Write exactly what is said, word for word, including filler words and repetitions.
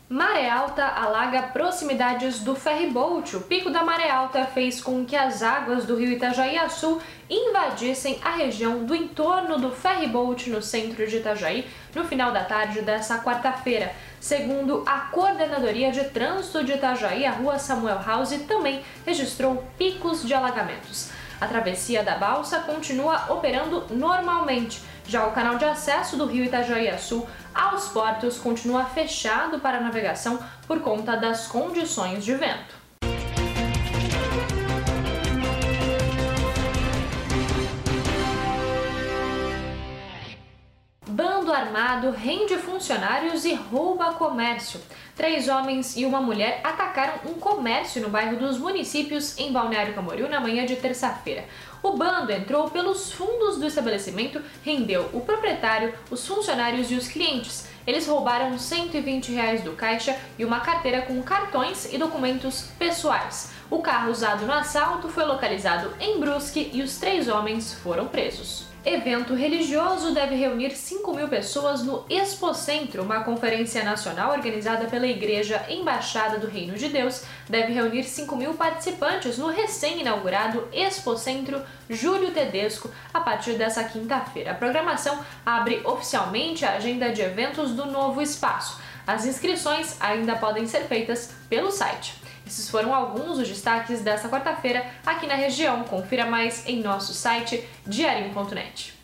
Maré alta alaga proximidades do ferryboat. O pico da maré alta fez com que as águas do rio Itajaí-Açu invadissem a região do entorno do ferryboat no centro de Itajaí no final da tarde desta quarta-feira. Segundo a Coordenadoria de Trânsito de Itajaí, a rua Samuel House também registrou picos de alagamentos. A travessia da balsa continua operando normalmente. Já o canal de acesso do rio Itajaí-Açu aos portos continua fechado para a navegação por conta das condições de vento. Bando armado rende funcionários e rouba comércio. Três homens e uma mulher atacaram um comércio no bairro dos Municípios, em Balneário Camboriú, na manhã de terça-feira. O bando entrou pelos fundos do estabelecimento, rendeu o proprietário, os funcionários e os clientes. Eles roubaram cento e vinte reais do caixa e uma carteira com cartões e documentos pessoais. O carro usado no assalto foi localizado em Brusque e os três homens foram presos. Evento religioso deve reunir cinco mil pessoas no Expocentro. Uma conferência nacional organizada pela Igreja Embaixada do Reino de Deus deve reunir cinco mil participantes no recém-inaugurado Expocentro Júlio Tedesco a partir dessa quinta-feira. A programação abre oficialmente a agenda de eventos do novo espaço. As inscrições ainda podem ser feitas pelo site. Esses foram alguns dos destaques desta quarta-feira aqui na região. Confira mais em nosso site diarinho ponto net.